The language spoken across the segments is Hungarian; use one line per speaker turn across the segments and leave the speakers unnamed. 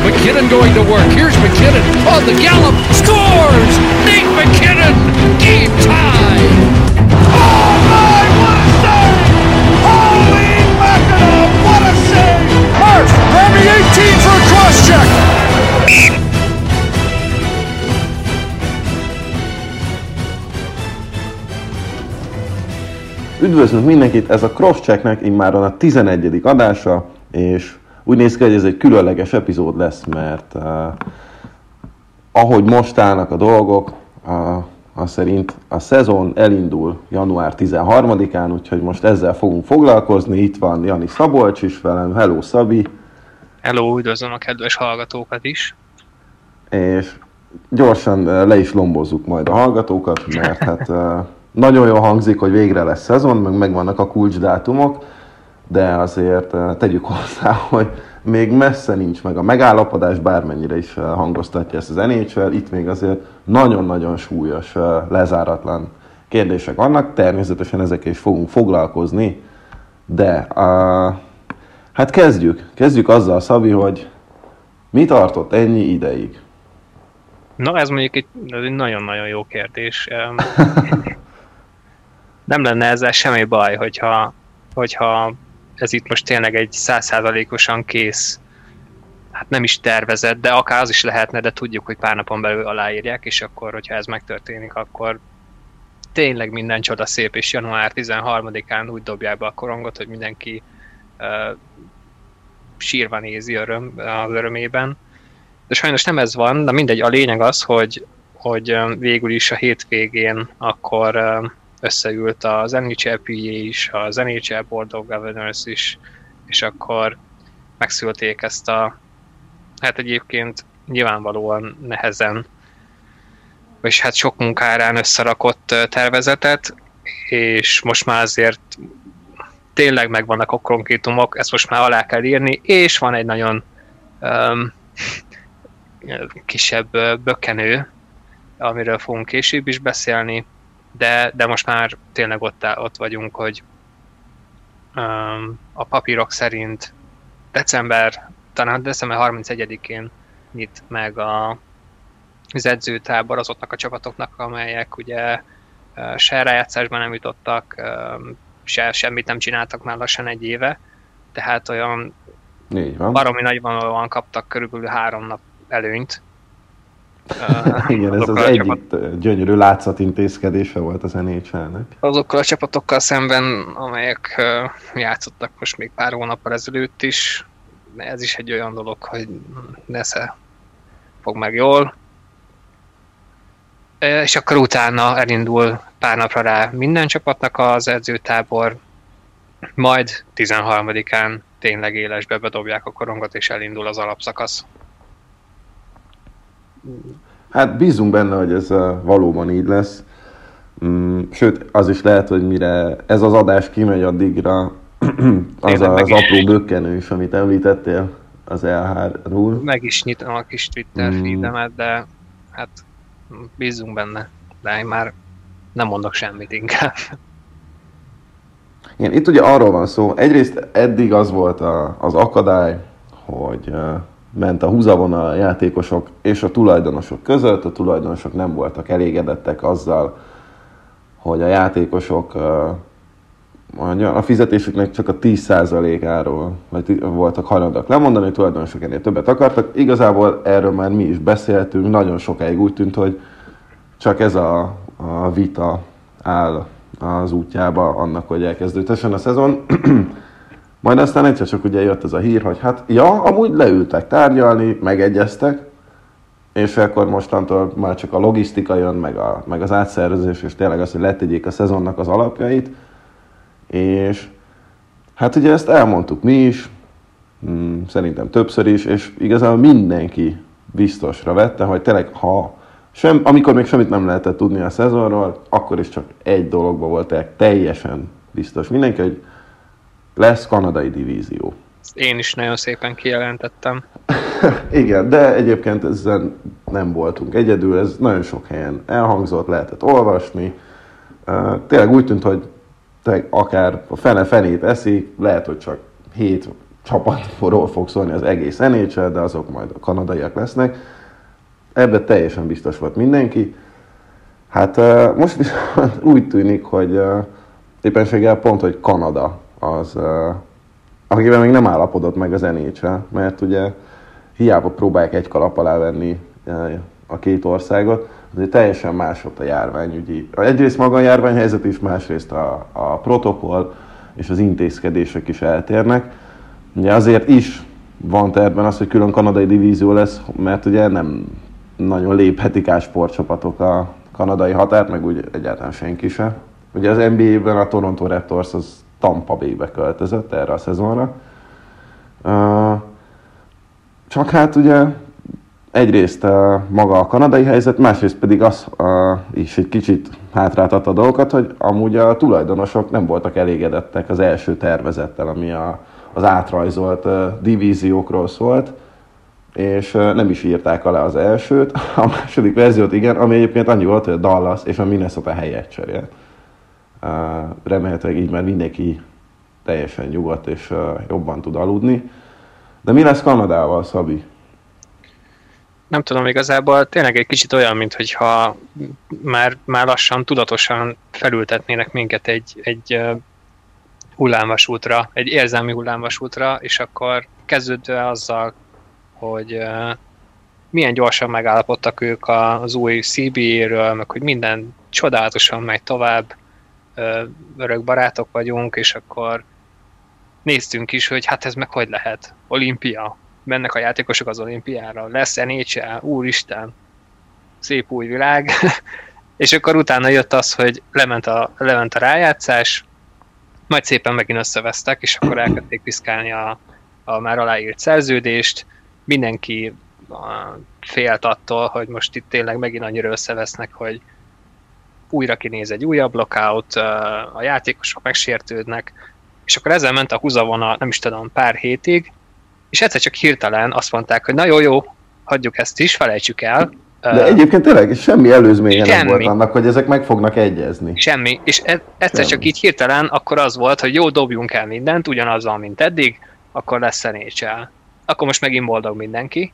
McKinnon going to work. Here's McKinnon on the gallop. Scores! Nate McKinnon! Game tie!
Oh my, what a save! Holy mackerel, what a save! Murph, grab me 18 for a cross-check!
Üdvözlünk mindenkit, ez a Crosschecknek immáron a 11. adása, és úgy néz ki, hogy ez egy különleges epizód lesz, mert ahogy most állnak a dolgok, az szerint a szezon elindul január 13-án, úgyhogy most ezzel fogunk foglalkozni. Itt van Jani Szabolcs is velem. Hello, Szabi!
Hello, üdvözlöm a kedves hallgatókat is! És
gyorsan le is lombozzuk majd a hallgatókat, mert hát nagyon jól hangzik, hogy végre lesz szezon, meg megvannak a kulcsdátumok, de azért tegyük hozzá, hogy még messze nincs meg a megállapodás, bármennyire is hangoztatja ezt az NHL, itt még azért nagyon-nagyon súlyos, lezáratlan kérdések vannak, természetesen ezekkel is fogunk foglalkozni, de hát kezdjük azzal, Szabi, hogy mi tartott ennyi ideig?
Na, ez mondjuk egy nagyon-nagyon jó kérdés. Nem lenne ezzel semmi baj, hogyha ez itt most tényleg egy 100%-osan kész, hát nem is tervezett, de akár az is lehetne, de tudjuk, hogy pár napon belül aláírják, és akkor, hogyha ez megtörténik, akkor tényleg minden csoda szép, és január 13-án úgy dobják be a korongot, hogy mindenki sírva nézi az örömében. De sajnos nem ez van, de mindegy, a lényeg az, hogy végül is a hétvégén akkor összeült az NHLPA is, az NHL Board of Governors is, és akkor megszülték ezt a, hát egyébként nyilvánvalóan nehezen, és hát sok munkárán összerakott tervezetet, és most már azért tényleg megvannak a konkrétumok, ezt most már alá kell írni, és van egy nagyon kisebb bökkenő, amiről fogunk később is beszélni, de most már tényleg ott vagyunk, hogy a papírok szerint talán december 31-én nyit meg az edzőtábor azoknak a csapatoknak, amelyek ugye se rájátszásban nem jutottak, semmit nem csináltak már lassan egy éve, tehát olyan baromi nagyvonalúan kaptak körülbelül 3 nap előnyt.
Igen, ez az egyik gyönyörű látszatintézkedése volt az NHL-nek.
Azokkal a csapatokkal szemben, amelyek játszottak most még pár hónappal ezelőtt is, ez is egy olyan dolog, hogy nesze fog meg jól. És akkor utána elindul pár napra rá minden csapatnak az edzőtábor, majd 13-án tényleg élesbe bedobják a korongot, és elindul az alapszakasz.
Hát bízunk benne, hogy ez valóban így lesz. Sőt, az is lehet, hogy mire ez az adás kimegy addigra, az apró bökkenő is, amit említettél, az LH-ról.
Meg is nyitom a kis Twitter feedemet, de hát bízunk benne. De én már nem mondok semmit inkább.
Igen, itt ugye arról van szó, egyrészt eddig az volt az akadály, hogy ment a húzavona a játékosok és a tulajdonosok között. A tulajdonosok nem voltak elégedettek azzal, hogy a játékosok a fizetésüknek csak a 10%-áról voltak hajlandóak lemondani, a tulajdonosok ennél többet akartak. Igazából erről már mi is beszéltünk, nagyon sokáig úgy tűnt, hogy csak ez a vita áll az útjába annak, hogy elkezdődhessen a szezon. Majd aztán egyszer csak ugye jött ez a hír, hogy hát amúgy leültek tárgyalni, megegyeztek, és akkor mostantól már csak a logisztika jön, meg az átszervezés, és tényleg az, hogy letegyék a szezonnak az alapjait. És hát ugye ezt elmondtuk mi is, szerintem többször is, és igazából mindenki biztosra vette, hogy tényleg amikor még semmit nem lehetett tudni a szezonról, akkor is csak egy dologban volt teljesen biztos mindenki, hogy lesz kanadai divízió.
Én is nagyon szépen kijelentettem.
Igen, de egyébként ezzel nem voltunk egyedül, ez nagyon sok helyen elhangzott, lehetett olvasni. Tényleg úgy tűnt, hogy akár a fenét eszik, lehet, hogy csak 7 csapatról fog szólni az egész NHL, de azok majd a kanadaiak lesznek. Ebben teljesen biztos volt mindenki. Hát most viszont úgy tűnik, hogy éppenséggel pont, hogy Kanada az, akivel még nem állapodott meg az NHL, mert ugye hiába próbálják egy kalap alá venni a két országot, azért teljesen más ott a járványügyi. Egyrészt maga a járványhelyzet is, másrészt a protokoll és az intézkedések is eltérnek. Ugye azért is van tervben az, hogy külön kanadai divízió lesz, mert ugye nem nagyon léphetik át sportcsapatok a kanadai határt, meg úgy egyáltalán senki se. Ugye az NBA-ben a Toronto Raptors az Tampa Bay-be költözött erre a szezonra. Csak hát ugye egyrészt maga a kanadai helyzet, másrészt pedig az is egy kicsit hátráltat a dolgokat, hogy amúgy a tulajdonosok nem voltak elégedettek az első tervezettel, ami az átrajzolt divíziókról szólt, és nem is írták alá az elsőt. A második verziót igen, ami egyébként annyi volt, hogy a Dallas és a Minnesota helyet cserélt. Remélhetőleg így már mindenki teljesen nyugodt és jobban tud aludni. De mi lesz Kanadával, Szabi?
Nem tudom, igazából tényleg egy kicsit olyan, mintha már lassan, tudatosan felültetnének minket egy hullámvasútra, egy érzelmi hullámvasútra, és akkor kezdődve azzal, hogy milyen gyorsan megállapodtak ők az új CBA-ről, meg hogy minden csodálatosan megy tovább, örök barátok vagyunk, és akkor néztünk is, hogy hát ez meg hogy lehet? Olimpia. Mennek a játékosok az olimpiára, lesz NHL, úristen, szép új világ. És akkor utána jött az, hogy lement a rájátszás, majd szépen megint összevesztek, és akkor elkezdték piszkálni a már aláírt szerződést. Mindenki félt attól, hogy most itt tényleg megint annyira összevesznek, hogy újra kinéz egy újabb lockout, a játékosok megsértődnek, és akkor ezzel ment a húzavona, nem is tudom, pár hétig, és egyszer csak hirtelen azt mondták, hogy na jó, hagyjuk ezt is, felejtsük el.
De egyébként tényleg semmi előzménye nem volt annak, hogy ezek meg fognak egyezni.
Semmi, és egyszer csak így hirtelen akkor az volt, hogy jó, dobjunk el mindent, ugyanazzal, mint eddig, akkor lesz NHL. Akkor most megint boldog mindenki.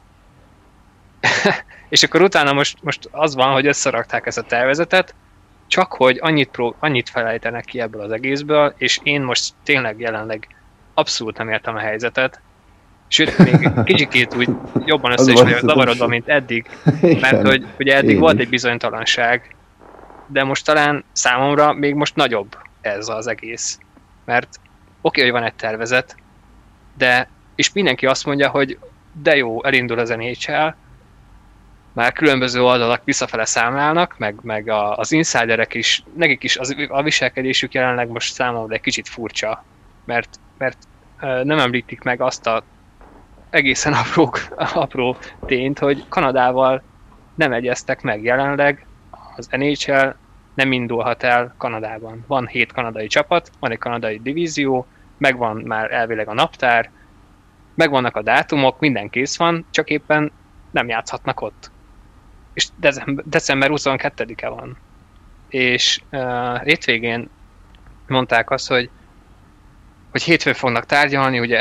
És akkor utána most az van, hogy összerakták ezt a tervezetet, csak hogy annyit felejtenek ki ebből az egészből, és én most tényleg jelenleg abszolút nem értem a helyzetet. Sőt, még kicsikét úgy jobban össze is vagyok zavarodva, mint eddig, mert hogy ugye eddig volt egy bizonytalanság, de most talán számomra még most nagyobb ez az egész. Mert oké, hogy van egy tervezet, de és mindenki azt mondja, hogy de jó, elindul az NHL, már különböző oldalak visszafele számlálnak, meg az insiderek is, nekik is a viselkedésük jelenleg most számomra egy kicsit furcsa, mert nem említik meg azt a egészen apró tényt, hogy Kanadával nem egyeztek meg jelenleg, az NHL nem indulhat el Kanadában. Van 7 kanadai csapat, van egy kanadai divízió, megvan már elvileg a naptár, megvannak a dátumok, minden kész van, csak éppen nem játszhatnak ott. És december 22-e van. És hétvégén mondták azt, hogy hétfőn fognak tárgyalni, ugye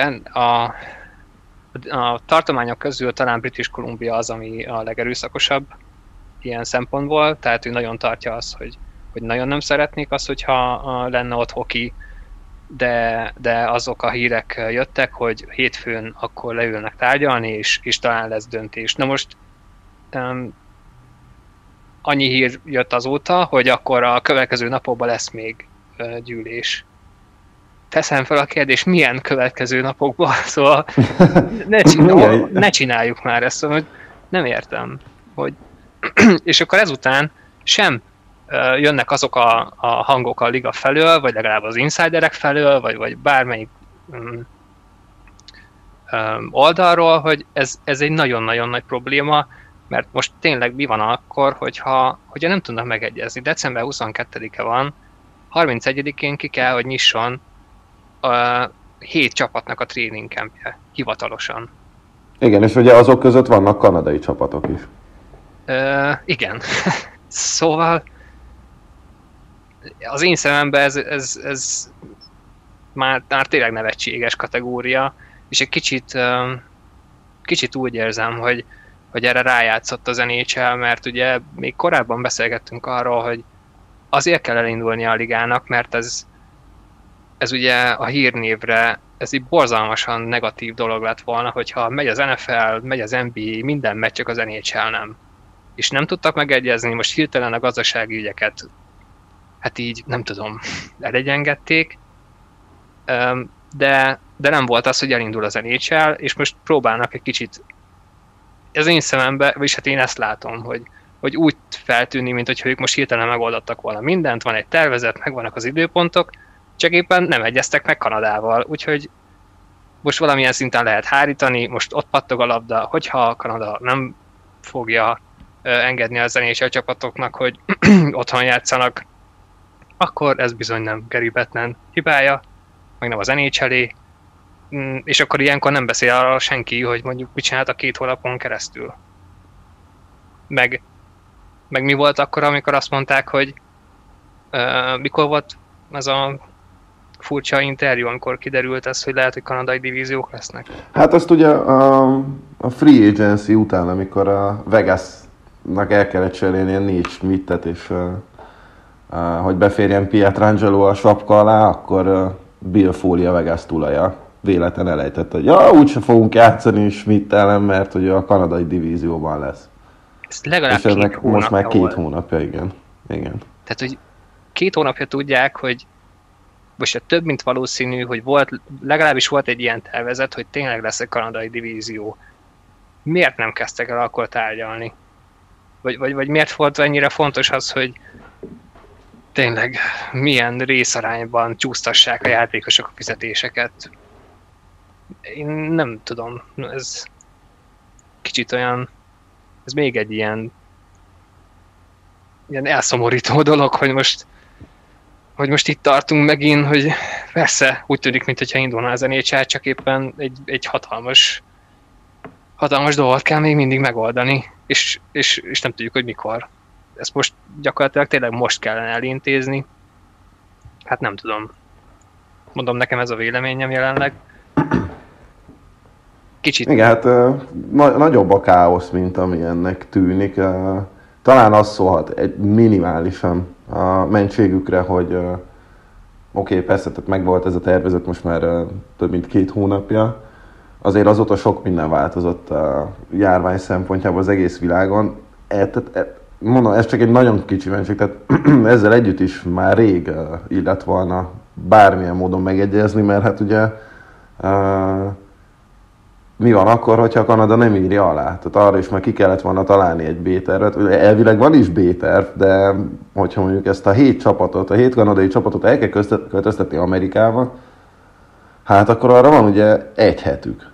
a tartományok közül talán British Columbia az, ami a legerőszakosabb ilyen szempontból, tehát ő nagyon tartja azt, hogy nagyon nem szeretnék azt, hogyha lenne ott hoki, de azok a hírek jöttek, hogy hétfőn akkor leülnek tárgyalni, és talán lesz döntés. Na most annyi hír jött azóta, hogy akkor a következő napokban lesz még gyűlés. Teszem fel a kérdést, milyen következő napokban? Szóval ne csináljuk már ezt, szóval nem értem. És akkor ezután sem jönnek azok a hangok a liga felől, vagy legalább az insiderek felől, vagy bármelyik oldalról, hogy ez egy nagyon-nagyon nagy probléma, mert most tényleg mi van akkor, hogyha nem tudnak megegyezni. December 22-e van, 31-én ki kell, hogy nyisson a 7 csapatnak a training campje, hivatalosan.
Igen, és ugye azok között vannak kanadai csapatok is.
Igen. Szóval az én szememben ez már tényleg nevetséges kategória, és egy kicsit úgy érzem, hogy erre rájátszott az NHL, mert ugye még korábban beszélgettünk arról, hogy azért kell elindulni a ligának, mert ez ugye a hírnévre, ez így borzalmasan negatív dolog lett volna, hogyha megy az NFL, megy az NBA, minden megy, csak az NHL nem. És nem tudtak megegyezni, most hirtelen a gazdasági ügyeket, hát így, nem tudom, elegyengedték, de nem volt az, hogy elindul az NHL, és most próbálnak egy kicsit, az én szemembe, vagyis hát én ezt látom, hogy úgy feltűnni, mint hogyha ők most hirtelen megoldottak volna mindent, van egy tervezet, megvannak az időpontok, csak éppen nem egyeztek meg Kanadával, úgyhogy most valamilyen szinten lehet hárítani, most ott pattog a labda, hogyha Kanada nem fogja engedni az NHL csapatoknak, hogy otthon játszanak, akkor ez bizony nem Gary Bettman hibája, meg nem az NHL-é, és akkor ilyenkor nem beszél arra senki, hogy mondjuk mit csináltak 2 hónapon keresztül. Meg mi volt akkor, amikor azt mondták, hogy mikor volt ez a furcsa interjú, amikor kiderült ez, hogy lehet, hogy kanadai divíziók lesznek?
Hát azt ugye a free agency után, amikor a Vegasnak el kellett cserélni a Nate Schmidtet, és hogy beférjen Pietrangelo a sapka alá, akkor Bill Foley a Vegas tulaja véletlen elejtett, hogy úgyse fogunk játszani Schmidt ellen, mert hogy a kanadai divízióban lesz.
Ez legalább
és ennek most már 2 hónapja, igen.
Tehát, hogy 2 hónapja tudják, hogy most több, mint valószínű, hogy legalábbis volt egy ilyen tervezet, hogy tényleg lesz egy kanadai divízió. Miért nem kezdtek el akkor tárgyalni? Vagy miért volt ennyire fontos az, hogy tényleg milyen részarányban csúsztassák a játékosok a fizetéseket? Én nem tudom, ez kicsit olyan, ez még egy ilyen elszomorító dolog, hogy most itt tartunk megint, hogy persze úgy tűnik, mintha indulna az NHL, csak éppen egy hatalmas dolgot kell még mindig megoldani, és nem tudjuk, hogy mikor. Ezt most gyakorlatilag tényleg most kellene elintézni. Hát nem tudom. Mondom, nekem ez a véleményem jelenleg. Kicsit.
Igen, hát nagyobb a káosz, mint ami ennek tűnik. Talán az szólhat egy minimálisan a mentségükre, hogy oké, persze, tehát megvolt ez a tervezet most már több mint 2 hónapja. Azért azóta sok minden változott a járvány szempontjából az egész világon. Mondom, ez csak egy nagyon kicsi mentség, tehát ezzel együtt is már rég illett volna bármilyen módon megegyezni, mert hát ugye mi van akkor, hogyha Kanada nem írja alá? Tehát arra is már ki kellett volna találni egy B-tervet. Elvileg van is B-terv, de hogyha mondjuk ezt a 7 kanadai csapatot el kell költöztetni Amerikába, hát akkor arra van ugye 1 hetük.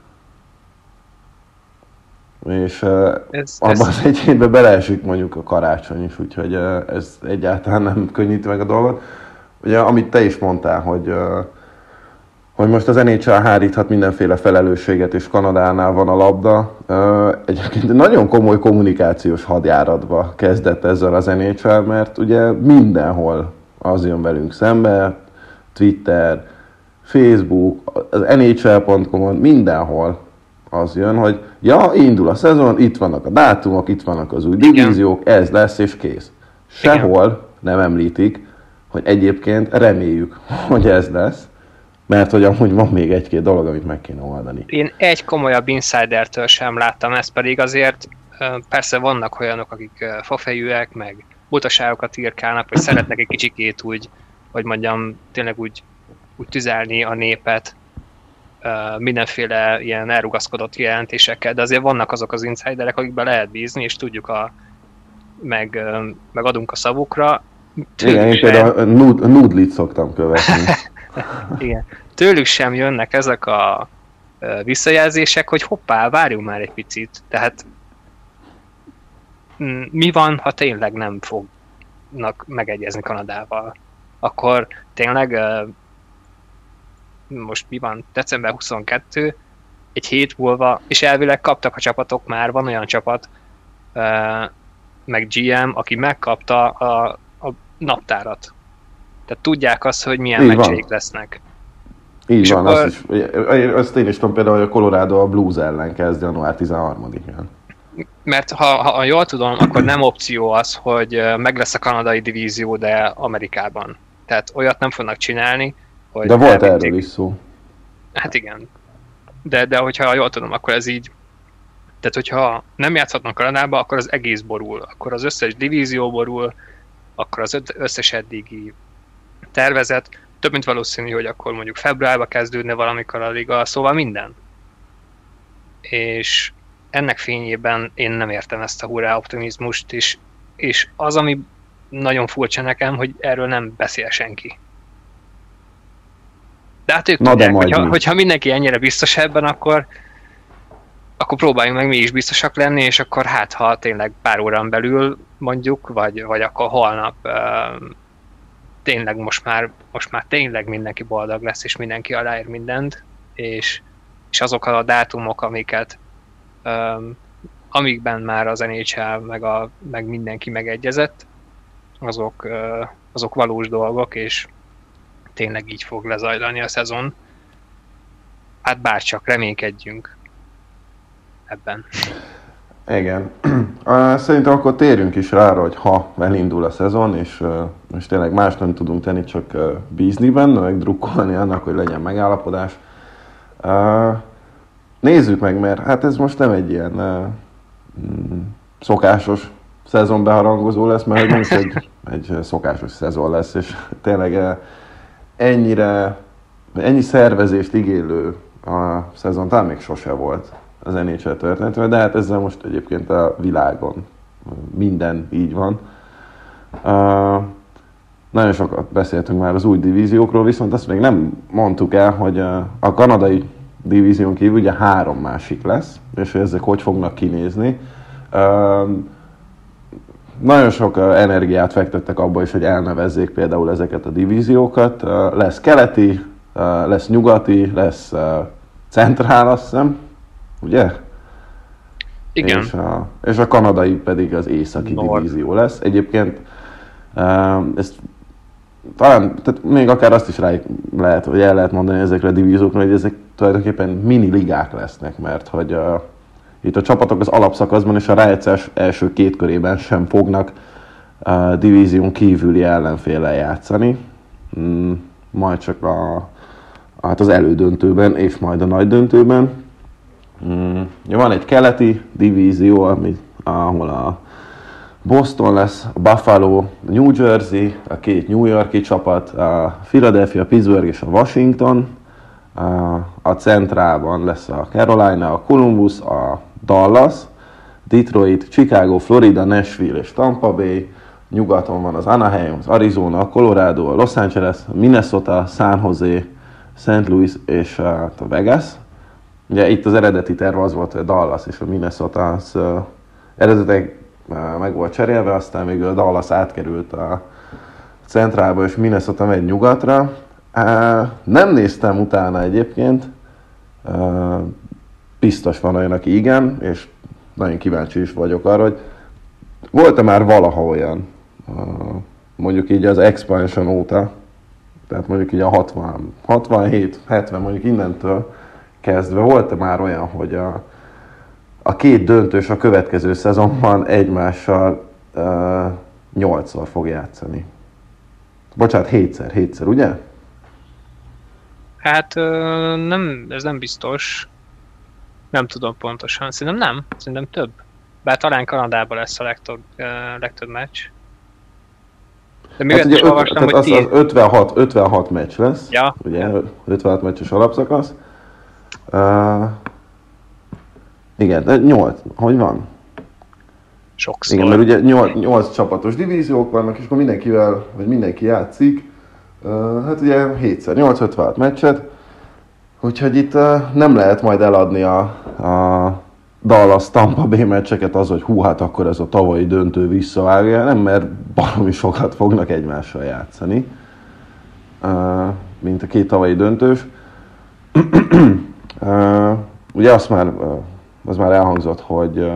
És abban az 1 hétben beleesik mondjuk a karácsony is, úgyhogy ez egyáltalán nem könnyíti meg a dolgot. Ugye, amit te is mondtál, hogy most az NHL háríthat mindenféle felelősséget, és Kanadánál van a labda. Egyébként nagyon komoly kommunikációs hadjáratba kezdett ezzel az NHL, mert ugye mindenhol az jön velünk szembe, Twitter, Facebook, az NHL.com-on, mindenhol az jön, hogy indul a szezon, itt vannak a dátumok, itt vannak az új divíziók, ez lesz és kész. Sehol nem említik, hogy egyébként reméljük, hogy ez lesz, mert hogy amúgy van még 1-2 dolog, amit meg kéne oldani.
Én egy komolyabb insidertől sem láttam ezt, pedig azért persze vannak olyanok, akik fafejűek, meg butaságokat írkálnak, vagy szeretnek egy kicsikét úgy, hogy mondjam, tényleg úgy tüzelni a népet mindenféle ilyen elrugaszkodott jelentésekkel, de azért vannak azok az insiderek, akikben lehet bízni, és tudjuk meg adunk a szavukra.
Igen, én például Nudlit szoktam követni.
Igen. Tőlük sem jönnek ezek a visszajelzések, hogy hoppá, várjunk már egy picit. Tehát mi van, ha tényleg nem fognak megegyezni Kanadával? Akkor tényleg most mi van? December 22, egy hét múlva, és elvileg kaptak a csapatok már, van olyan csapat, meg GM, aki megkapta a naptárat. Tehát tudják azt, hogy milyen meccseik lesznek.
Így van, akkor... azt én is tudom például, hogy a Colorado a Blues ellen kezd január 13-án.
Mert ha jól tudom, akkor nem opció az, hogy meg lesz a kanadai divízió, de Amerikában. Tehát olyat nem fognak csinálni, hogy...
De volt erről is szó.
Hát igen. De hogyha jól tudom, akkor ez így... Tehát hogyha nem játszhatnak Kanadába, akkor az egész borul. Akkor az összes divízió borul, akkor az összes eddigi tervezet. Több mint valószínű, hogy akkor mondjuk februárban kezdődne valamikor a liga, szóval minden. És ennek fényében én nem értem ezt a hurrá optimizmust, és az, ami nagyon furcsa nekem, hogy erről nem beszél senki. De hát ők tudják, hogyha mindenki ennyire biztos ebben, akkor próbáljunk meg mi is biztosak lenni, és akkor hát, ha tényleg pár órán belül mondjuk, vagy akkor holnap tényleg most már tényleg mindenki boldog lesz, és mindenki aláír mindent, és azok a dátumok, amikben már az NHL meg mindenki megegyezett, azok valós dolgok, és tényleg így fog lezajlani a szezon. Hát bárcsak reménykedjünk ebben.
Igen. Szerintem akkor térjünk is rá, hogy ha elindul a szezon, és tényleg más nem tudunk tenni, csak bízni benne, meg drukkolni annak, hogy legyen megállapodás. Nézzük meg, mert hát ez most nem egy ilyen szokásos szezonbeharangozó lesz, mert ez egy szokásos szezon lesz, és tényleg ennyi szervezést igénylő a szezon talán még sose volt az NHL történetben, de hát ezzel most egyébként a világon minden így van. Nagyon sokat beszéltünk már az új divíziókról, viszont azt még nem mondtuk el, hogy a kanadai divízión kívül ugye 3 másik lesz, és hogy ezek hogy fognak kinézni. Nagyon sok energiát fektettek abba is, hogy elnevezzék például ezeket a divíziókat. Lesz keleti, lesz nyugati, lesz centrál, azt hiszem, ugye?
Igen.
És a kanadai pedig az északi divízió lesz. Egyébként ezt talán, tehát még akár azt is rá lehet, hogy el lehet mondani ezekre a divíziókra, hogy ezek tulajdonképpen mini ligák lesznek, mert hogy itt a csapatok az alapszakaszban és a rájátszás első 2 körében sem fognak divízión kívüli ellenféllel játszani. Majd csak az elődöntőben és majd a nagy döntőben. Van egy keleti divízió, ahol a Boston lesz, a Buffalo, New Jersey, a 2 New York-i csapat, a Philadelphia, Pittsburgh és a Washington. A centrálban lesz a Carolina, a Columbus, a Dallas, Detroit, Chicago, Florida, Nashville és Tampa Bay. Nyugaton van az Anaheim, az Arizona, a Colorado, a Los Angeles, a Minnesota, San Jose, St. Louis és a Vegas. Ugye itt az eredeti terv az volt, hogy a Dallas és a Minnesota az eredetileg meg volt cserélve, aztán még a Dallas átkerült a centrálba, és Minnesota megy nyugatra. Nem néztem utána egyébként, biztos van olyan, aki igen, és nagyon kíváncsi is vagyok arra, hogy volt-e már valaha olyan, mondjuk így az expansion óta, tehát mondjuk így a 67-70, mondjuk innentől kezdve, volt-e már olyan, hogy a 2 döntős a következő szezonban egymással 8-szor fog játszani. Bocsánat, 7-szer, ugye?
Hát ez nem biztos. Nem tudom pontosan. Szerintem több. Bár talán Kanadában lesz a legtöbb meccs. De még hát ugye olvastam, hogy
az 56 meccs lesz. Ja. Ugye, 56 meccses alapszakasz. Igen, de 8, hogy van?
Sokszor.
Igen, mert ugye 8 csapatos divíziók vannak, és akkor mindenki játszik. Hát ugye 7-szer 8, 56 meccset. Úgyhogy itt nem lehet majd eladni a Dallas Tampa Bay meccseket az, hogy hát akkor ez a tavalyi döntő visszavágja, nem, mert baromi sokat fognak egymással játszani, mint a 2 tavalyi döntős. Ugye az már elhangzott, hogy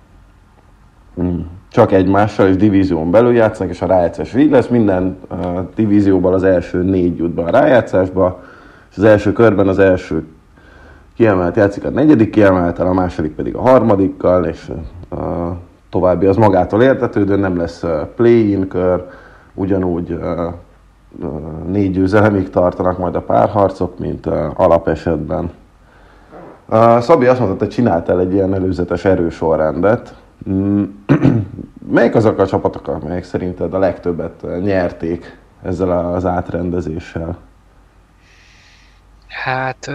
csak egymással és divízión belül játszanak, és a rájátszás így lesz. Minden divízióban az első 4 jut be a rájátszásba, és az első körben az első kiemelt játszik a negyedik kiemeltel, a második pedig a harmadikkal, és a további az magától értetődő, nem lesz play-in kör, ugyanúgy 4 győzelemig tartanak majd a párharcok, mint alapesetben. Szabi azt mondta, hogy csináltál egy ilyen előzetes erősorrendet. Melyik azok a csapatok, amelyek szerinted a legtöbbet nyerték ezzel az átrendezéssel?
Hát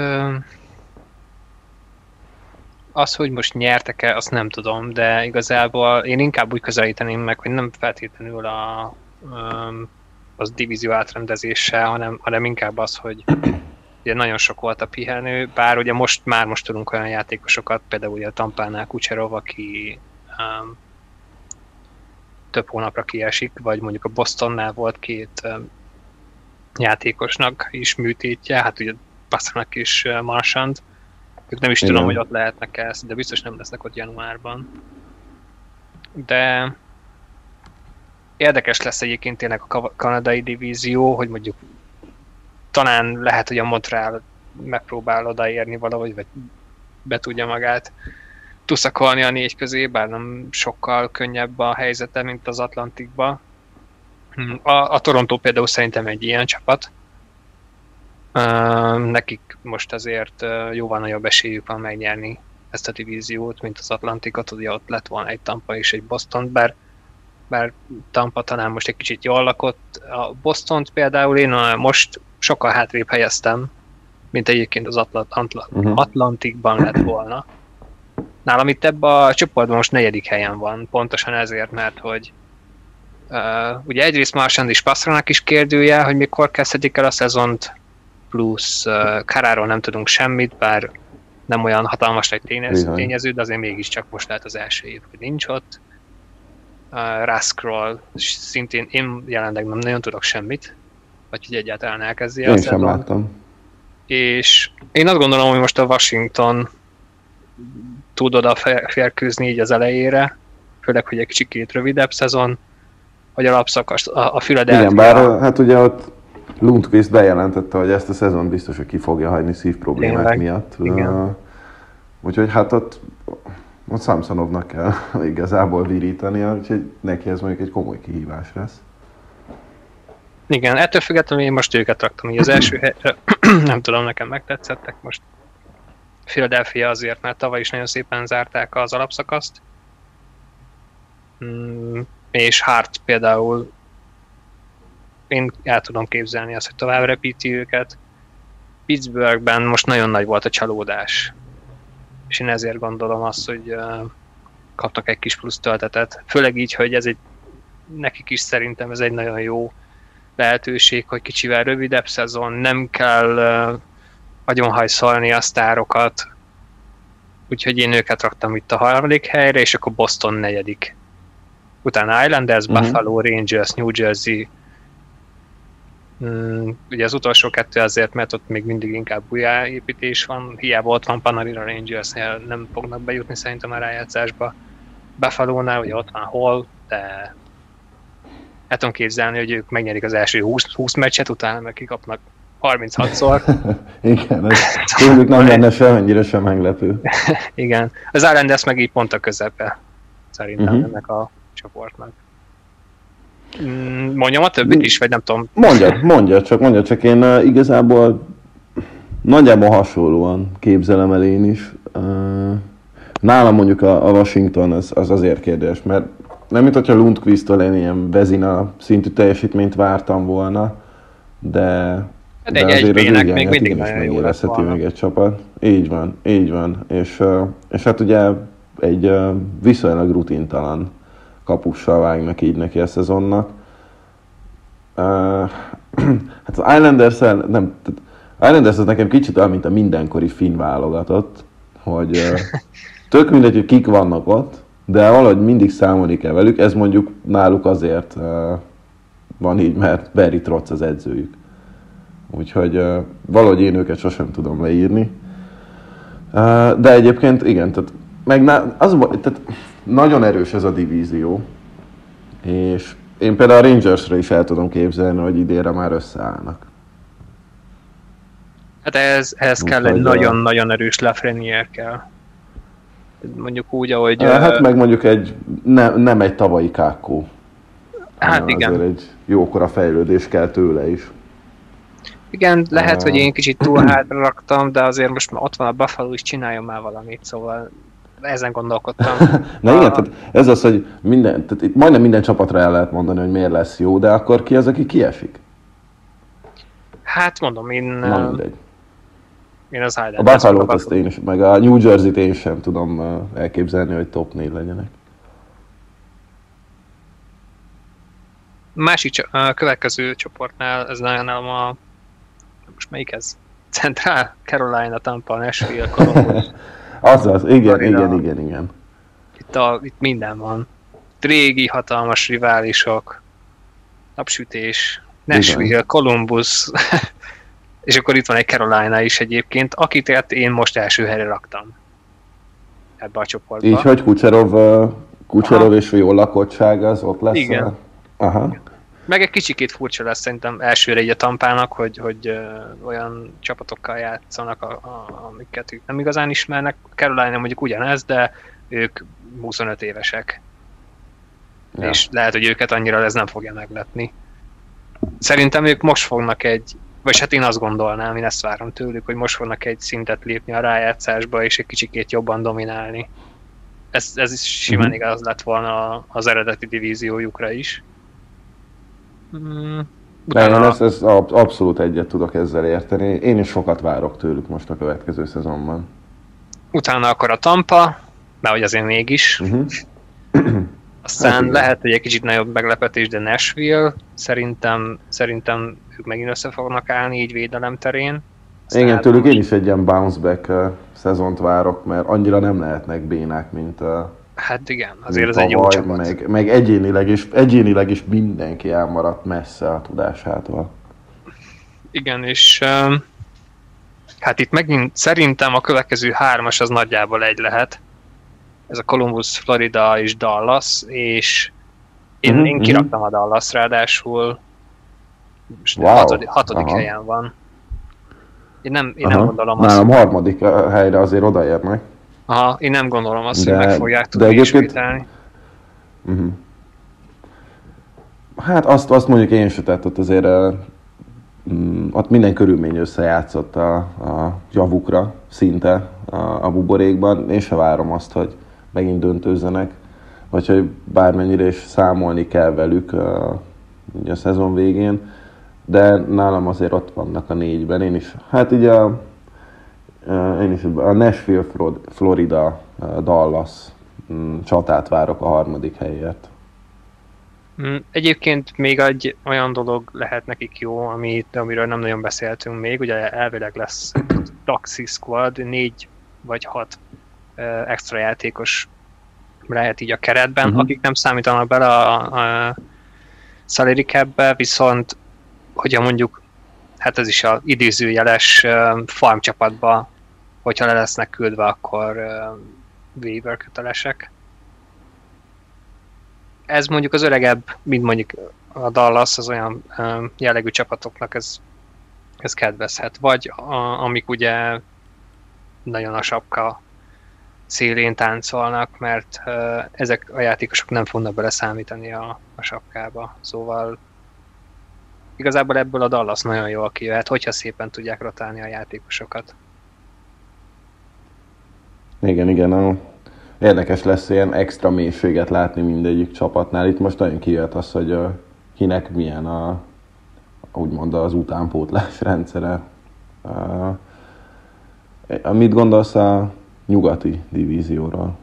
az, hogy most nyertek-e, azt nem tudom, de igazából én inkább úgy közelíteném meg, hogy nem feltétlenül az divízió átrendezéssel, hanem inkább az, hogy ugye nagyon sok volt a pihenő, bár ugye most tudunk olyan játékosokat, például ugye a Tampánál Kucherov, aki több hónapra kiesik, vagy mondjuk a Bostonnál volt 2 játékosnak is műtétje, hát ugye Pastrnak is Marchand, ők nem is tudom, hogy ott lehetnek ezt, de biztos nem lesznek ott januárban. De érdekes lesz egyébként tényleg a kanadai divízió, hogy mondjuk talán lehet, hogy a Montreal megpróbál odaérni valahogy, vagy be tudja magát tuszakolni a 4 közé, bár nem sokkal könnyebb a helyzete, mint az Atlantikban. A Toronto például szerintem egy ilyen csapat. Nekik most azért jóval nagyobb esélyük van megnyerni ezt a divíziót, mint az Atlantikot, ugye ott lett volna egy Tampa és egy Boston, bár Tampa talán most egy kicsit jól lakott. A Bostont például én most sokkal hátrébb helyeztem, mint egyébként az Atlantikban lett volna. Nálam itt ebben a csoportban most 4. helyen van, pontosan ezért, mert hogy ugye egyrészt Marchand és Pastrnak is kérdője, hogy mikor kezdhetik el a szezont, plusz Karáról nem tudunk semmit, bár nem olyan hatalmas nagy tényező, de azért mégiscsak most lehet az első év, hogy nincs ott. Raskról szintén én jelenleg nem nagyon tudok semmit, vagy hogy egyáltalán elkezdje a szezon.
Én sem láttam.
És én azt gondolom, hogy most a Washington tud oda férkőzni így az elejére, főleg, hogy egy kicsit rövidebb szezon, hogy alapszakasz a Philadelphia...
Igen, bár hát ugye ott Lundqvist bejelentette, hogy ezt a szezon biztos, hogy ki fogja hagyni szívproblémák miatt. Úgyhogy hát ott Samsonovnak kell igazából virítania, úgyhogy neki ez mondjuk egy komoly kihívás lesz.
Igen, ettől függetlenül én most őket raktam így az első helyre. Nem tudom, nekem megtetszettek most. Philadelphia azért, mert tavaly is nagyon szépen zárták az alapszakaszt. És Hart például én el tudom képzelni azt, hogy tovább repíti őket. Pittsburghben most nagyon nagy volt a csalódás. És én ezért gondolom azt, hogy kaptak egy kis plusz töltetet. Főleg így, hogy ez nekik is szerintem ez egy nagyon jó lehetőség, hogy kicsivel rövidebb szezon, nem kell agyonhajszolni a sztárokat. Úgyhogy én őket raktam itt a 3. helyre, és akkor Boston 4. Utána Islanders, Buffalo, Rangers, New Jersey. Ugye az utolsó 2 azért, mert ott még mindig inkább újjáépítés van. Hiába ott van Panarin, a Rangersnél nem fognak bejutni szerintem a rájátszásba. Buffalo-nál ugye ott van Hall, de el tudom képzelni, hogy ők megnyerik az első 20 meccset, utána meg kikapnak 36-szor.
Igen, ez tőlük nem lenne semennyire sem meglepő.
Igen, az Islanders meg így pont a közepe szerintem ennek a csoportnak. Mondjam a többit is, vagy nem tudom. Mondja
csak én igazából nagyjából hasonlóan képzelem el én is. Nálam mondjuk a Washington az azért kérdés, mert nem mint hogyha Lundqvisttől én ilyen Vezina szintű teljesítményt vártam volna, de
azért az igen, még mindig nagyon jó lesz volna.
Még egy csapat. Így van. És hát ugye egy viszonylag rutintalan kapussal vágnak így neki a szezonnak. Hát az Islanders az nekem kicsit olyan, mint a mindenkori finn válogatott, hogy tök mindegy, hogy kik vannak ott, de valahogy mindig számolni kell velük. Ez mondjuk náluk azért van így, mert Barry Trotz az edzőjük. Úgyhogy valahogy én őket sosem tudom leírni. De egyébként igen, tehát nagyon erős ez a divízió, és én például a Rangersre is el tudom képzelni, hogy idénre már összeállnak.
Hát ehhez kell egy nagyon-nagyon erős Lafreniere kell. Mondjuk úgy, ahogy...
Hát meg mondjuk nem egy tavalyi Kákkó.
Hát igen.
Azért egy jókora fejlődés kell tőle is.
Igen, lehet, hogy én kicsit túl hátra raktam, de azért most ott van a Buffalo is, csináljon már valamit, szóval ezen gondolkodtam.
Na igen, tehát ez az, hogy tehát itt majdnem minden csapatra el lehet mondani, hogy miért lesz jó, de akkor ki az, aki kiesik?
Hát mondom,
Na mindegy.
Én az Hyden.
A Buffalo-t azt én is, meg a New Jersey-t én sem tudom elképzelni, hogy top 4 legyenek.
Másik következő csoportnál, ez nálam most melyik ez? Central Carolina, Tampa, Nashville, Columbus.
Azaz, igen.
Itt minden van. Régi, hatalmas riválisok, napsütés, Nashville, igen. Columbus, és akkor itt van egy Carolina is egyébként, akit én most első helyre raktam ebbe a csoportba.
Így, hogy Kucherov és jó lakottság az ott lesz?
Igen.
Aha.
Meg egy kicsikét furcsa lesz szerintem elsőre így a Tampának, hogy olyan csapatokkal játszanak, amiket ők nem igazán ismernek. Carolina mondjuk ugyanez, de ők 25 évesek. Ja. És lehet, hogy őket annyira ez nem fogja meglepni. Szerintem ők most fognak vagy hát én azt gondolnám, én ezt várom tőlük, hogy most fognak egy szintet lépni a rájátszásba, és egy kicsikét jobban dominálni. Ez is simán igaz lett volna az eredeti divíziójukra is.
Ez abszolút egyet tudok ezzel érteni. Én is sokat várok tőlük most a következő szezonban.
Utána akkor a Tampa, mert hogy azért mégis. Aztán hát lehet, hogy egy kicsit nagyobb meglepetés, de Nashville, szerintem ők megint össze fognak állni így védelem terén. Aztán
igen, tőlük én is egy ilyen bounce back szezont várok, mert annyira nem lehetnek bénák, mint
hát igen, azért ez egy jó csapat.
Meg egyénileg is mindenki elmaradt messze a tudásától.
Igen, és hát itt megint szerintem a következő 3-as az nagyjából egy lehet. Ez a Columbus, Florida és Dallas, és én kiraktam a Dallas, ráadásul hatodik helyen van. Én nem gondolom azt.
Nálam harmadik helyre azért odaérnek.
Aha, én nem gondolom azt, hogy meg fogják tudni ismételni.
Hát azt mondjuk én sem, tehát ott azért ott minden körülmény összejátszott a javukra szinte a buborékban. Én sem várom azt, hogy megint döntőzzenek, vagy hogy bármennyire is számolni kell velük ugye a szezon végén, de nálam azért ott vannak a 4-ben. Én is a Nashville, Florida, Dallas csatát várok a harmadik helyért.
Egyébként még egy olyan dolog lehet nekik jó, amiről nem nagyon beszéltünk még, ugye elvileg lesz taxi squad, 4 vagy 6 extra játékos lehet így a keretben, akik nem számítanak bele a salary capbe, viszont hogyha mondjuk, hát ez is az idézőjeles farm csapatba, hogyha le lesznek küldve, akkor waiver kötelesek. Ez mondjuk az öregebb, mint mondjuk a Dallas, az olyan jellegű csapatoknak ez kedvezhet. Vagy amik ugye nagyon a sapka szélén táncolnak, mert ezek a játékosok nem fognak beleszámítani a sapkába. Szóval igazából ebből a Dallas nagyon jól kijöhet, hogyha szépen tudják rotálni a játékosokat.
Igen. Érdekes lesz ilyen extra mélységet látni mindegyik csapatnál. Itt most nagyon kijöhet az, hogy kinek milyen úgymond az utánpótlás rendszere. Mit gondolsz a nyugati divízióról?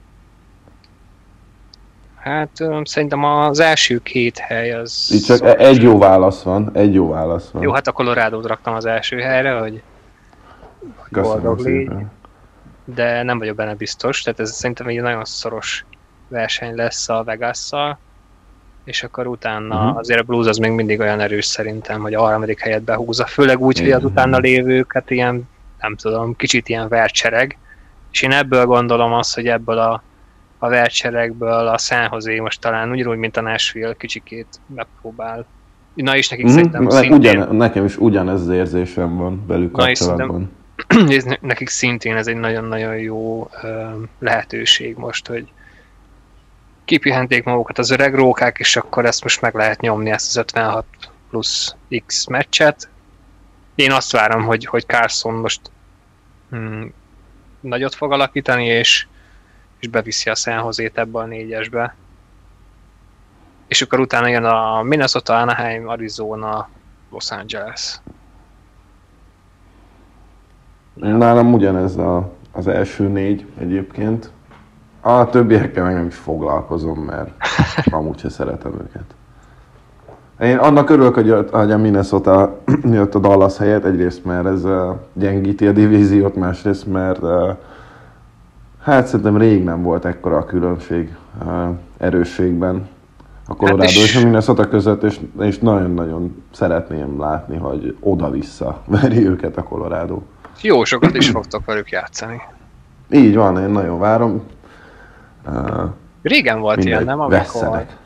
Hát szerintem az első 2 hely az...
Itt csak egy jó válasz van,
Jó, hát a Colorado-t raktam az első helyre, hogy boldog légy. De nem vagyok benne biztos, tehát ez szerintem egy nagyon szoros verseny lesz a Vegasszal, és akkor utána azért a Blues az még mindig olyan erős szerintem, hogy a harmadik helyet behúzza, főleg úgy, hogy az utána lévőket ilyen, nem tudom, kicsit ilyen vercsereg, és én ebből gondolom azt, hogy ebből a vercseregből a San Jose most talán úgy, mint a Nashville kicsikét megpróbál Na és nekik szerintem szintén...
Nekem is ugyanez az érzésem van velük kapcsolatban.
Nekik szintén ez egy nagyon-nagyon jó lehetőség most, hogy kipihenték magukat az öreg rókák, és akkor ezt most meg lehet nyomni, ezt az 56 plusz X meccset. Én azt várom, hogy Carson most nagyot fog alakítani, és beviszi a San Jose-t ebbe a 4-esbe. És akkor utána jön a Minnesota, Anaheim, Arizona, Los Angeles.
Nálam ugyanez az első 4 egyébként. A többiekkel meg nem is foglalkozom, mert amúgy se szeretem őket. Én annak örülök, hogy a Minnesota jött a Dallas helyett, egyrészt mert ez gyengíti a divíziót, másrészt mert hát szerintem rég nem volt ekkora a különbség erősségben a Colorado és a Minnesota között, és nagyon-nagyon szeretném látni, hogy oda-vissza veri őket a Colorado.
Jó sokat is fogtok velük játszani.
Így van, én nagyon várom.
Régen volt ilyen, nem?
Vesszenek.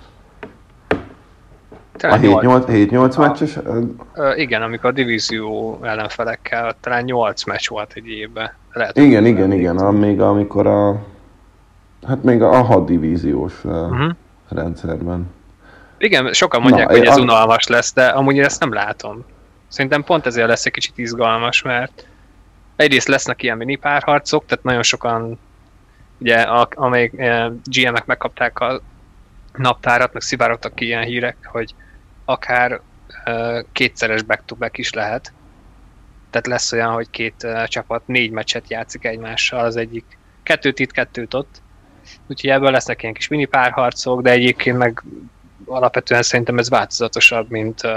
A
7-8 meccses?
Igen, amikor a divízió ellenfelekkel talán 8 meccs volt egy évben. Lehet,
igen, még amikor még a 6 divíziós rendszerben.
Igen, sokan mondják, hogy ez unalmas lesz, de amúgy ezt nem látom. Szerintem pont ezért lesz egy kicsit izgalmas, mert egyrészt lesznek ilyen mini párharcok, tehát nagyon sokan, ugye, amelyik GM-ek megkapták a naptárat, meg szivárogtak ki ilyen hírek, hogy akár kétszeres back-to-back is lehet. Tehát lesz olyan, hogy két csapat 4 meccset játszik egymással, az egyik 2 itt, 2 ott. Úgyhogy ebből lesznek ilyen kis mini párharcok, de egyébként meg alapvetően szerintem ez változatosabb,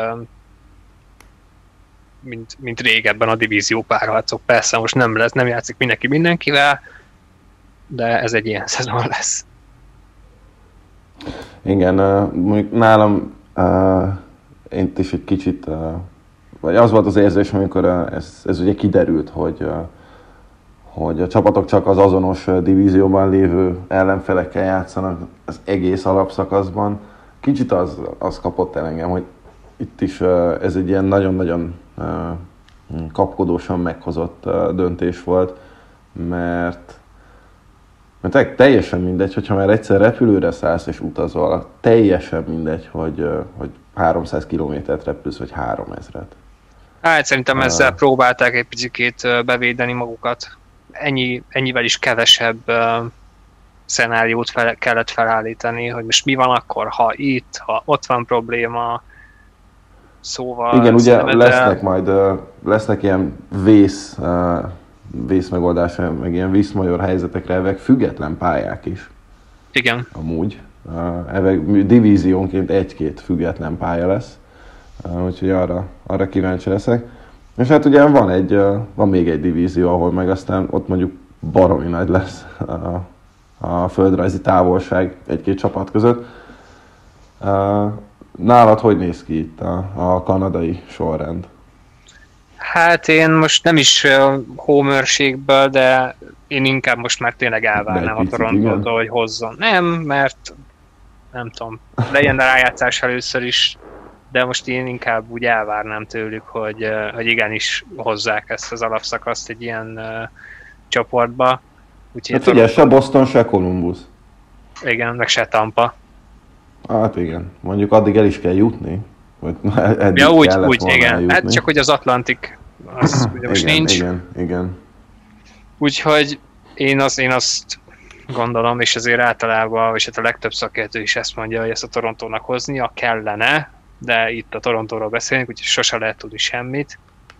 mint régebben a divízió párharcok. Persze most nem játszik mindenki mindenkivel, de ez egy ilyen szezon lesz.
Igen, nálam én is egy kicsit, vagy az volt az érzés, amikor ez ugye kiderült, hogy a csapatok csak az azonos divízióban lévő ellenfelekkel játszanak az egész alapszakaszban. Kicsit az kapott el engem, hogy itt is ez egy ilyen nagyon-nagyon kapkodósan meghozott döntés volt, mert teljesen mindegy, hogyha már egyszer repülőre szállsz és utazol, teljesen mindegy, hogy 300 kilométert repülsz, vagy 3000-et.
Hát szerintem ezzel próbálták egy picit bevédeni magukat. Ennyivel is kevesebb szenáriót kellett felállítani, hogy most mi van akkor, ha ott van probléma, szóval...
Igen, ugye lesznek ilyen vészmegoldásra, meg ilyen vízmajor helyzetekre ezek független pályák is.
Igen.
Amúgy. Divíziónként 1-2 független pálya lesz. Úgyhogy arra kíváncsi leszek. És hát ugye van még egy divízió, ahol meg aztán ott mondjuk baromi nagy lesz a földrajzi távolság egy-két csapat között. Nálad hogy néz ki itt a kanadai sorrend?
Hát én most nem is homerségből, de én inkább most már tényleg elvárnám a Torontótól, hogy hozzon. Nem, mert nem tudom, legyen a rájátszás először is, de most én inkább úgy elvárnám tőlük, hogy igenis hozzák ezt az alapszakaszt egy ilyen csoportba.
Hát figyelj, se Boston, se Columbus.
Igen, meg se Tampa.
Hát igen, mondjuk addig el is kell jutni.
Ja, úgy igen. Jutni. Hát csak hogy az Atlantik, az ugye most
igen,
nincs.
Igen.
Úgyhogy én azt gondolom, és azért általában, és hát a legtöbb szakértő is ezt mondja, hogy ezt a Torontónak hoznia kellene, de itt a Torontóról beszélünk, úgyhogy sose lehet tudni semmit.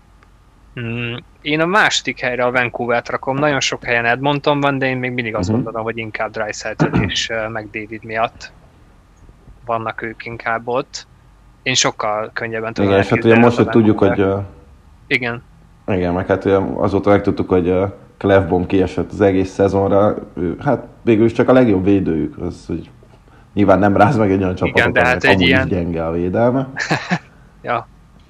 Én a második helyre a Vancouvert rakom, nagyon sok helyen Edmonton van, de én még mindig azt gondolom, hogy inkább Draisaitl és McDavid miatt vannak ők inkább ott. Én sokkal könnyebben tudom.
Igen, és hát ugye most, hogy tudjuk, hogy...
Igen.
Igen, meg hát ugye azóta megtudtuk, hogy Clefbaum kiesett az egész szezonra. Hát végül is csak a legjobb védőjük, az, hogy nyilván nem ráz meg egy olyan csapatot,
igen, de hát
amúgy ilyen... is gyenge a védelme.
Ja.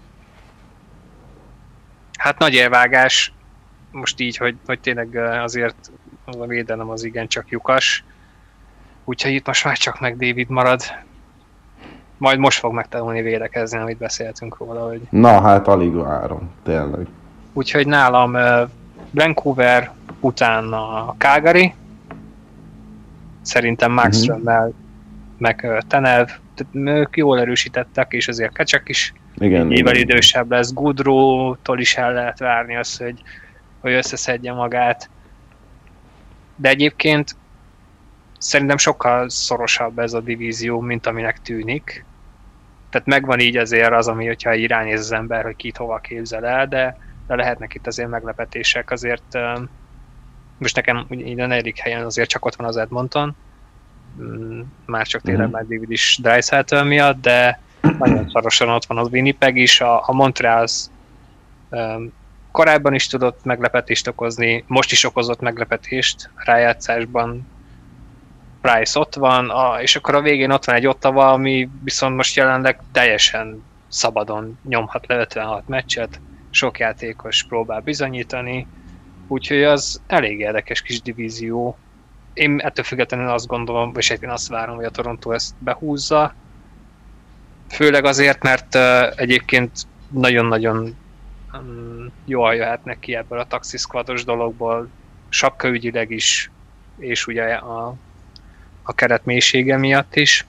Hát nagy elvágás, most így, hogy tényleg azért a védelem az igencsak lyukas. Úgyhogy itt most már csak McDavid marad. Majd most fog megtanulni védekezni, amit beszéltünk róla. Hogy...
Na hát alig várom, tényleg.
Úgyhogy nálam Vancouver, utána Calgary, szerintem Markströmmel, meg Tanev, ők jól erősítettek, és azért Kachak is évvel idősebb lesz. Goodrow-tól is el lehet várni azt, hogy összeszedje magát. De egyébként szerintem sokkal szorosabb ez a divízió, mint aminek tűnik. Tehát megvan így azért az, ami, hogyha így ránéz az ember, hogy kit hova képzel el, de lehetnek itt azért meglepetések. Azért most nekem így a 4. helyen azért csak ott van az Edmonton, már csak tényleg McDavid is Draisaitl miatt, de nagyon szorosan ott van az Winnipeg is, a Montreal korábban is tudott meglepetést okozni, most is okozott meglepetést rájátszásban. Price ott van, és akkor a végén ott van egy Ottawa, ami viszont most jelenleg teljesen szabadon nyomhat le 56 meccset, sok játékos próbál bizonyítani, úgyhogy az elég érdekes kis divízió. Én ettől függetlenül azt gondolom, és én azt várom, hogy a Toronto ezt behúzza, főleg azért, mert egyébként nagyon-nagyon jól jöhetnek ki ebből a taxi squados dologból, sapkaügyileg is, és ugye a keret mélysége miatt is.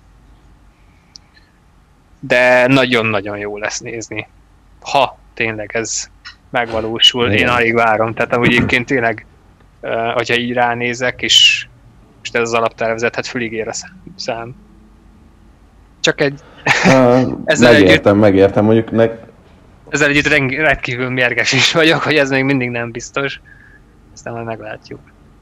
De nagyon-nagyon jó lesz nézni. Ha tényleg ez megvalósul, én alig várom. Tehát amúgy egyébként tényleg, hogyha így ránézek, és most ez az alaptervezet, hát füligér a szám. Csak egy...
megértem, mondjuk...
Ezzel együtt rendkívül mérges is vagyok, hogy ez még mindig nem biztos. Aztán majd meglátjuk.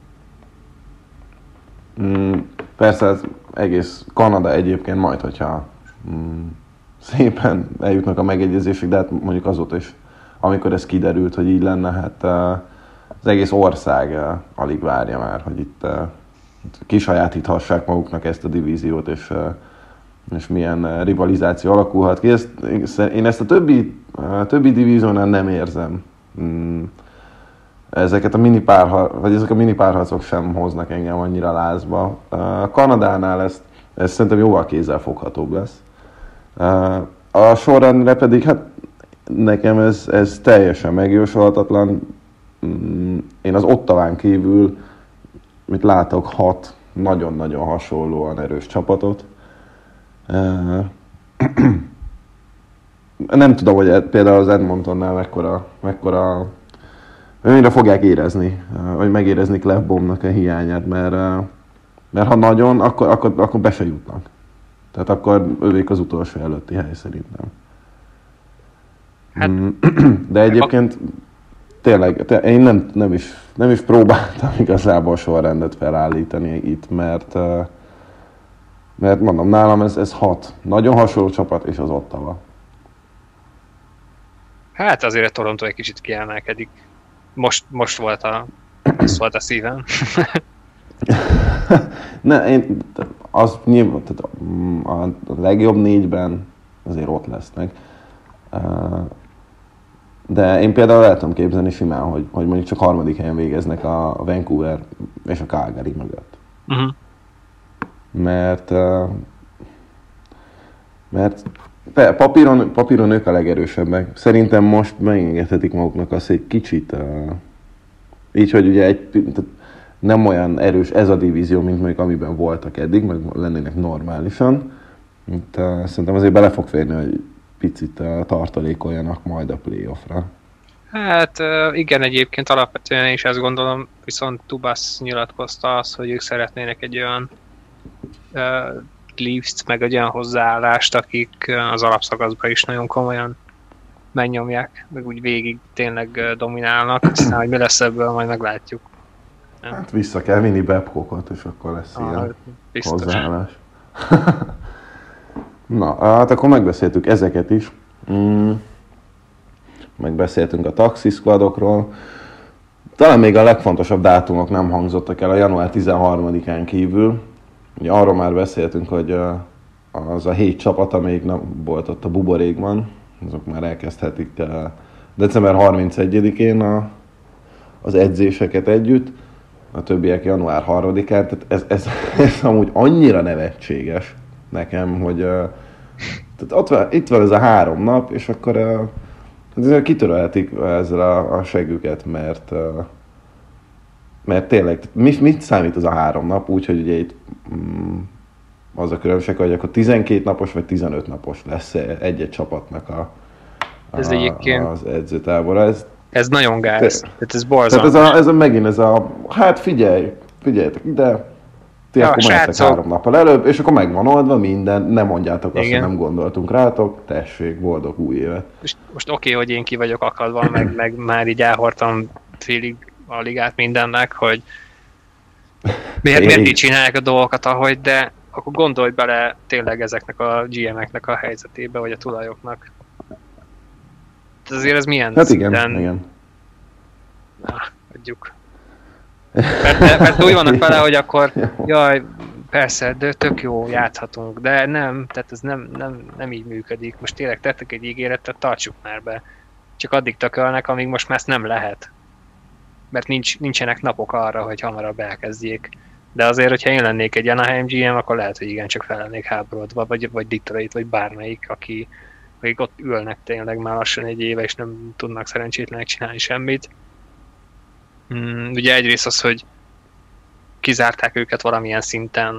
Persze ez egész Kanada egyébként majd, hogyha szépen eljutnak a megegyezésig, de hát mondjuk azóta is, amikor ez kiderült, hogy így lenne, hát az egész ország alig várja már, hogy itt kisajátíthassák maguknak ezt a divíziót, és milyen rivalizáció alakulhat ki. Én ezt a többi divíziónál nem érzem. Ezek a mini párharcok sem hoznak engem annyira lázba. Kanadánál ez szerintem jóval kézzelfoghatóbb lesz. A sorrendre pedig hát nekem ez teljesen megjósolhatatlan. Én az Ottawán kívül, mit látok, 6 nagyon-nagyon hasonlóan erős csapatot. Nem tudom, hogy például az Edmontonnál mekkora mennyire fogják érezni, vagy megérezni Clefbaumnak a hiányát, mert ha nagyon, akkor be se jutnak. Tehát akkor ővék az utolsó előtti hely szerintem. Hát, de egyébként tényleg én nem is próbáltam igazából sorrendet felállítani itt, mert mondom, nálam ez 6 nagyon hasonló csapat, és az Ottawa.
Hát azért a Toronto egy kicsit kiemelkedik. Most volt a szívem.
Én az nyilván, tehát a legjobb 4-ben azért ott lesznek. De én például el tudom képzelni simán, hogy mondjuk csak 3. helyen végeznek a Vancouver és a Calgary mögött. Uh-huh. Mert papíron ők a legerősebbek. Szerintem most megengedhetik maguknak azt, hogy kicsit így, hogy ugye nem olyan erős ez a divízió, mint mondjuk amiben voltak eddig, meg lennének normálisan. Itt, szerintem azért bele fog férni, hogy picit tartalékoljanak majd a playoffra. Hát
igen, egyébként alapvetően is ezt gondolom, viszont Tubas nyilatkozta azt, hogy ők szeretnének egy olyan Leafs-t, meg egy olyan hozzáállást, akik az alapszakaszban is nagyon komolyan megnyomják, meg úgy végig tényleg dominálnak, aztán, hogy mi lesz ebből, majd meglátjuk.
Hát vissza kell vinni Babcockot, és akkor lesz ilyen hozzáállás. Na, hát akkor megbeszéltük ezeket is. Megbeszéltünk a taxi squadokról. Talán még a legfontosabb dátumok nem hangzottak el a január 13-án kívül. Ugye arról már beszéltünk, hogy az a 7 csapat, amelyik volt ott a buborékban, azok már elkezdhetik december 31-én az edzéseket együtt, a többiek január 3-án, tehát ez amúgy annyira nevetséges nekem, hogy Tehát itt van ez a 3 nap, és akkor kitörölhetik ezzel a següket, mert tényleg, mit számít az a 3 nap? Úgyhogy ugye itt az a különbség, hogy akkor 12 napos vagy 15 napos lesz egy-egy csapatnak
az
edzőtábora.
Ez nagyon gáz. Tehát ez borzalmas.
Tehát megint hát figyeljetek ide, ti akkor mehetek 3 nappal előbb, és akkor megvan oldva minden, nem mondjátok azt, hogy nem gondoltunk rátok, tessék, boldog új évet.
Most oké, hogy én ki vagyok akadva, meg már így elhordtam félig a ligát mindennek, hogy miért így csinálják a dolgokat ahogy, de akkor gondolj bele tényleg ezeknek a GM-eknek a helyzetébe, vagy a tulajoknak. Azért ez milyen
hát igen.
Adjuk. Mert úgy vannak vele, hogy akkor jaj, persze, de tök jó, játszhatunk, de nem, tehát ez nem így működik. Most tényleg tettek egy ígéretet, tartsuk már be. Csak addig tökölnek, amíg most már ezt nem lehet. Mert nincsenek napok arra, hogy hamarabb elkezdjék. De azért, hogyha én lennék egy Anaheim GM, akkor lehet, hogy igencsak fel lennék háborodva, vagy Detroit, vagy bármelyik, akik ott ülnek tényleg már lassan egy éve, és nem tudnak szerencsétlenek csinálni semmit. Ugye egyrészt az, hogy kizárták őket valamilyen szinten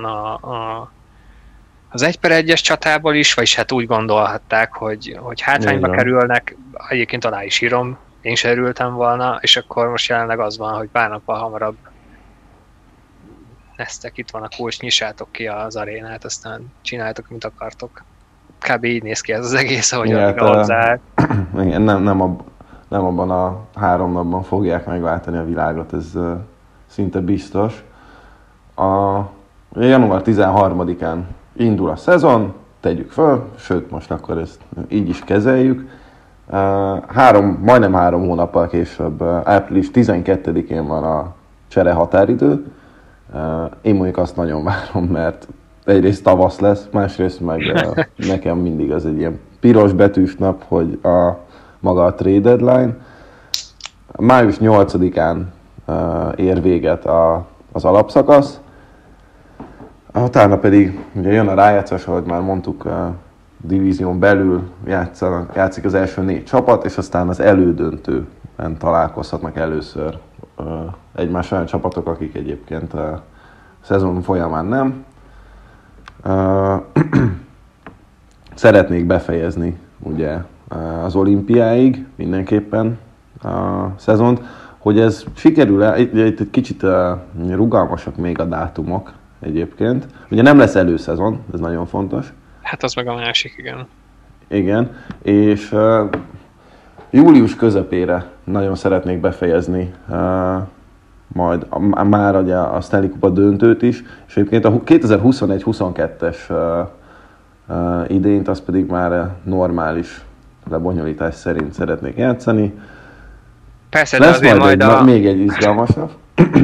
az 1/1-es csatából is, vagyis hát úgy gondolhatták, hogy hátrányba kerülnek, egyébként alá is írom, én sem örültem volna, és akkor most jelenleg az van, hogy pár nappal hamarabb neztek, itt van a kulcs, nyissátok ki az arénát, aztán csináljátok, mint akartok. Kb. Így néz ki ez az egész, ahogy hozzá.
Igen, nem abban a 3 napban fogják megváltani a világot, ez szinte biztos. Január 13-án indul a szezon, tegyük föl, sőt most akkor ezt így is kezeljük. Majdnem 3 hónappal később, április 12-én van a csere határidő. Én mondjuk azt nagyon várom, mert egyrészt tavasz lesz, másrészt meg nekem mindig az egy ilyen piros betűs nap, hogy maga a trade deadline. Május 8-án ér véget az alapszakasz. Utána pedig ugye jön a rájátszás, ahogy már mondtuk, divízión belül játszik az első 4 csapat, és aztán az elődöntőben találkozhatnak először egymás olyan csapatok, akik egyébként a szezon folyamán nem. Szeretnék befejezni ugye az olimpiáig mindenképpen a szezont, hogy ez sikerül-e, itt egy kicsit rugalmasak még a dátumok egyébként. Ugye nem lesz előszezon, ez nagyon fontos.
Hát az meg a másik, igen.
Igen, és július közepére nagyon szeretnék befejezni majd már ugye a Stanley Kupa döntőt is, és egyébként a 2021-22-es idényt, az pedig már normális lebonyolítás szerint szeretnék játszani.
Persze, de
lesz
azért majd
még egy izgalmasabb.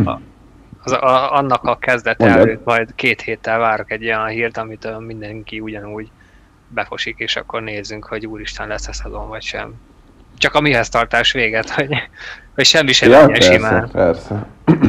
Annak a kezdete előtt majd 2 héttel várok egy olyan hírt, amit mindenki ugyanúgy befosik, és akkor nézzünk, hogy úristen lesz a szezon, vagy sem. Csak a mihez tartás véget, hogy semmi sem legyen simán.
Persze.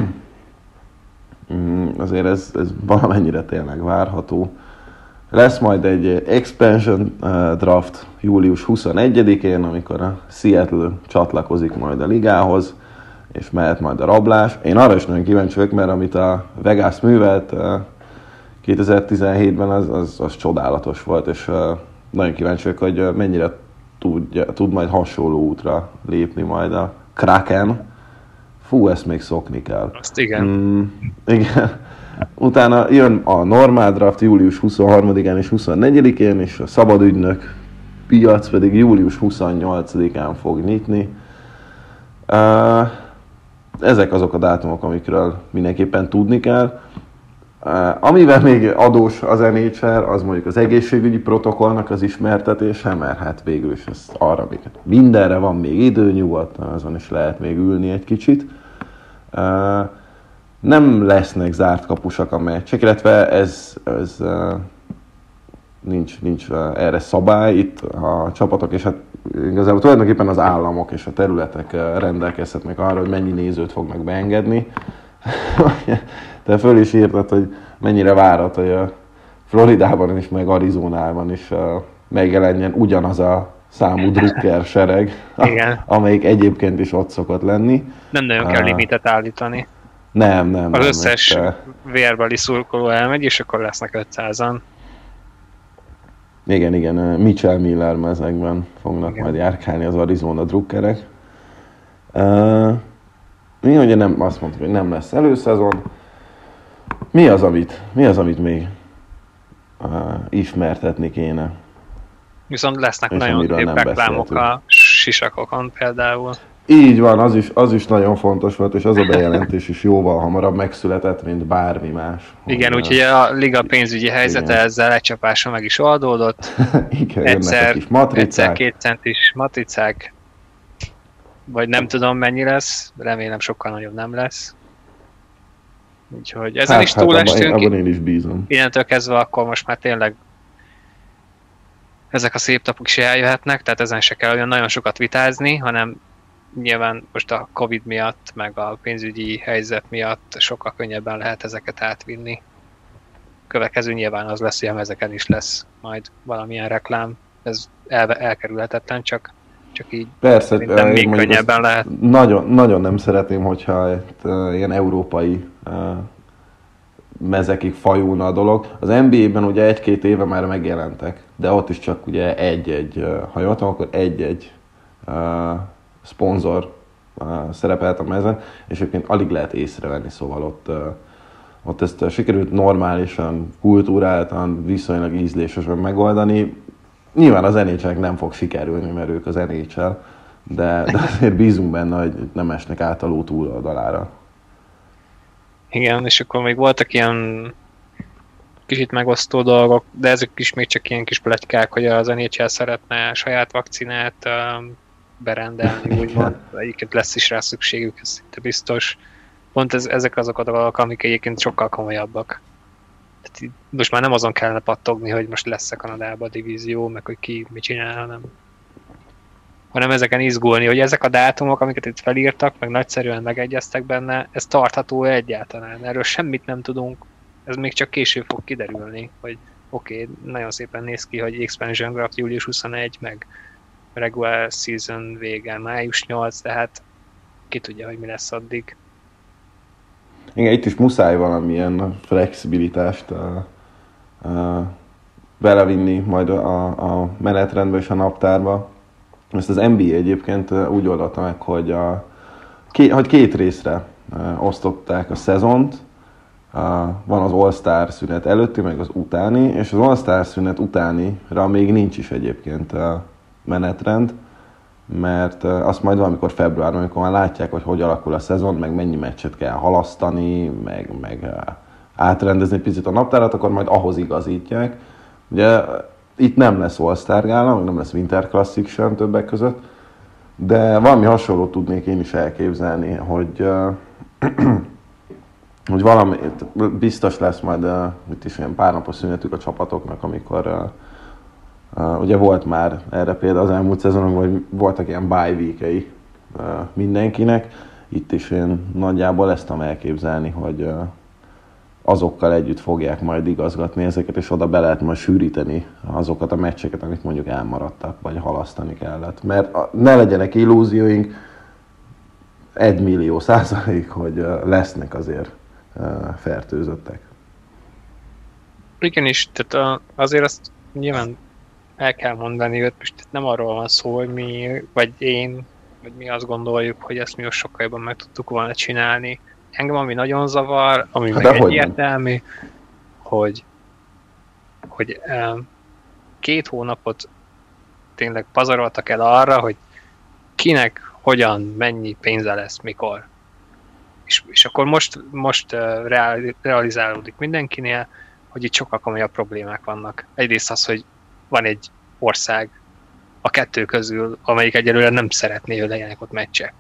Azért ez valamennyire tényleg várható. Lesz majd egy expansion draft július 21-én, amikor a Seattle csatlakozik majd a ligához, és mehet majd a rablás. Én arra is nagyon kíváncsi vagyok, mert amit a Vegas művelt 2017-ben, az csodálatos volt, és nagyon kíváncsi vagyok, hogy mennyire tud majd hasonló útra lépni majd a Kraken. Fú, ezt még szokni kell.
Azt igen.
Igen. Utána jön a normál draft július 23-án és 24-én, és a szabadügynök piac pedig július 28-án fog nyitni. Ezek azok a dátumok, amikről mindenképpen tudni kell. Amivel még adós az NHL, az mondjuk az egészségügyi protokollnak az ismertetése, mert hát végül is ez arra még mindenre van még idő, nyugodtan azon is lehet még ülni egy kicsit. Nem lesznek zárt kapusak a meccsek, illetve ez nincs erre szabály. Itt a csapatok és hát igazából tulajdonképpen az államok és a területek rendelkezhetnek arra, hogy mennyi nézőt fognak beengedni. Te föl is írtad, hogy mennyire várhat, hogy a Floridában is, meg Arizonában is megjelenjen ugyanaz a számú drukker sereg, amelyik egyébként is ott szokott lenni.
Nem nagyon kell limitet állítani.
Nem.
Az összes vérbeli szurkoló elmegy, és akkor lesznek 500-an.
Igen, Mitchell Miller mezekben fognak majd járkálni az Arizona drukkerek. Mi ugye nem, azt mondtuk, hogy nem lesz előszezon. Mi az, amit még ismertetni kéne?
Viszont lesznek és nagyon szép reklámok a sisakokon például.
Így van, az is nagyon fontos volt, és az a bejelentés is jóval hamarabb megszületett, mint bármi más.
Igen, úgyhogy a liga pénzügyi helyzete ezzel lecsapásra meg is oldódott.
Igen,
egyszer 2 centis matricák, vagy nem tudom mennyi lesz, remélem sokkal nagyobb nem lesz. Úgyhogy ezen is túlestünk.
Abban én is bízom.
Innentől kezdve akkor most már tényleg ezek a szép napok is eljöhetnek, tehát ezen se kell olyan nagyon sokat vitázni, hanem nyilván most a Covid miatt, meg a pénzügyi helyzet miatt sokkal könnyebben lehet ezeket átvinni. Következő nyilván az lesz, hogy ezeken is lesz majd valamilyen reklám. Ez elkerülhetetlen, csak így
persze,
még könnyebben lehet.
Nagyon nem szeretném, hogyha ilyen európai mezekig fajulna a dolog. Az NBA-ben ugye 1-2 éve már megjelentek, de ott is csak ugye ha jól tudom, akkor egy szponzor szerepelt a mezen, és egyébként alig lehet észrevenni, szóval ott ezt sikerült normálisan, kultúráltan, viszonylag ízlésesen megoldani. Nyilván az NHL-nek nem fog sikerülni, mert ők az NHL, de azért bízunk benne, hogy nem esnek át a ló túloldalára.
Igen, és akkor még voltak ilyen kicsit megosztó dolgok, de ezek is még csak ilyen kis pletykák, hogy az NHL szeretne saját vakcinát berendelni, úgymond. Egyébként lesz is rá szükségük, ez szinte biztos. Pont ezek azok a dolgok, amik egyébként sokkal komolyabbak. Tehát most már nem azon kellene pattogni, hogy most lesz-e Kanadában a divízió, meg hogy ki mit csinál, hanem ezeken izgulni, hogy ezek a dátumok, amiket itt felírtak, meg nagyszerűen megegyeztek benne, ez tartható egyáltalán. Erről semmit nem tudunk, ez még csak később fog kiderülni, hogy oké, nagyon szépen néz ki, hogy Expansion Draft július 21, meg regular season vége május 8, tehát ki tudja, hogy mi lesz addig.
Igen, itt is muszáj valamilyen flexibilitást belevinni majd a menetrendbe és a naptárba. Ezt az NBA egyébként úgy oldotta meg, hogy két részre osztották a szezont. Van az All-Star szünet előtti, meg az utáni, és az All-Star szünet utánira még nincs is egyébként menetrend, mert azt majd valamikor februárban, amikor már látják, hogy alakul a szezon, meg mennyi meccset kell halasztani, meg átrendezni picit a naptárat, akkor majd ahhoz igazítják. Ugye itt nem lesz All-Star gála, meg nem lesz Winter Classic sem többek között, de valami hasonlót tudnék én is elképzelni, hogy valami biztos lesz majd itt is ilyen pár napos szünetük a csapatoknak, amikor ugye volt már erre például az elmúlt szezonokban, hogy voltak ilyen bye week-ei mindenkinek. Itt is én nagyjából ezt tudom elképzelni, hogy azokkal együtt fogják majd igazgatni ezeket, és oda be lehet majd sűríteni azokat a meccseket, amit mondjuk elmaradtak, vagy halasztani kellett. Mert ne legyenek illúzióink, 1,000,000%, hogy lesznek azért fertőzöttek.
Igen is, tehát azért azt nyilván el kell mondani, hogy most nem arról van szó, hogy mi, vagy én, vagy mi azt gondoljuk, hogy ezt mi most sokkal jobban meg tudtuk volna csinálni. Engem ami nagyon zavar, ami meg egyértelmű, hogy 2 hónapot tényleg pazaroltak el arra, hogy kinek, hogyan, mennyi pénze lesz, mikor. És akkor most realizálódik mindenkinél, hogy itt sokkal komolyabb problémák vannak. Egyrészt az, hogy van egy ország a 2 közül, amelyik egyelőre nem szeretné, hogy legyenek ott meccsek.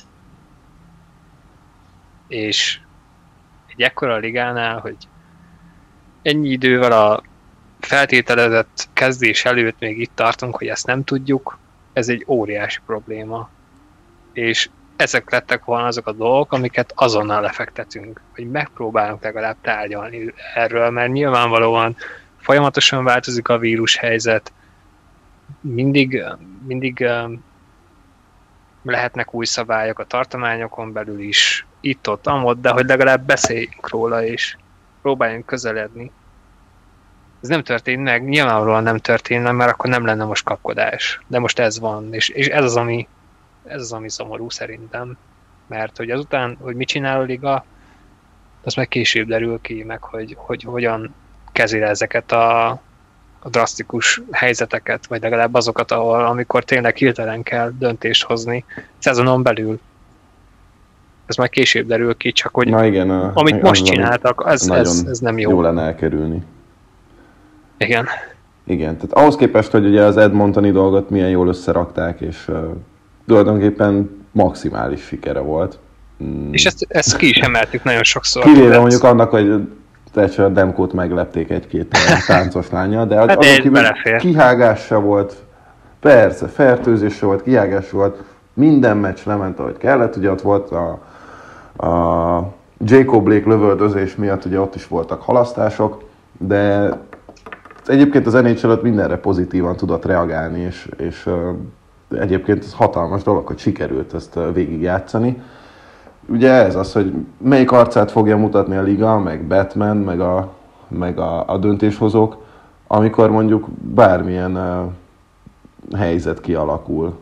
És egy ekkora ligánál, hogy ennyi idővel a feltételezett kezdés előtt még itt tartunk, hogy ezt nem tudjuk, ez egy óriási probléma. És ezek lettek volna azok a dolgok, amiket azonnal lefektetünk, hogy megpróbálunk legalább tárgyalni erről, mert nyilvánvalóan folyamatosan változik a vírushelyzet, mindig lehetnek új szabályok a tartományokon belül is, itt-ott, amott, de hogy legalább beszéljünk róla, és próbáljunk közeledni. Ez nem történt meg, nyilvánvalóan nem történt meg, mert akkor nem lenne most kapkodás. De most ez van, és ez az, ami szomorú szerintem. Mert hogy azután, hogy mit csinál a liga, az meg később derül ki, meg hogy hogyan kezeli ezeket a drasztikus helyzeteket, vagy legalább azokat, amikor tényleg hirtelen kell döntést hozni szezonon belül. Ez majd később derül ki, csak hogy
igen,
amit most csináltak, ez nem jó.
Jó lenne elkerülni.
Igen.
Igen, tehát ahhoz képest, hogy ugye az Edmontoni dolgot milyen jól összerakták, és tulajdonképpen maximális sikere volt.
És ezt ki is emeltük nagyon sokszor.
Kivéve mondjuk annak, hogy a Demkót meglepték egy-két táncos lányjal, de az kihágás se volt, persze, fertőzés se volt, kihágás se volt, minden meccs lement, ahogy kellett, ugye ott volt a Jacob Blake lövöldözés miatt, ugye ott is voltak halasztások, de egyébként az NHL mindenre pozitívan tudott reagálni, és egyébként ez hatalmas dolog, hogy sikerült ezt végigjátszani. Ugye ez az, hogy melyik arcát fogja mutatni a liga, meg Batman, meg a döntéshozók, amikor mondjuk bármilyen helyzet kialakul,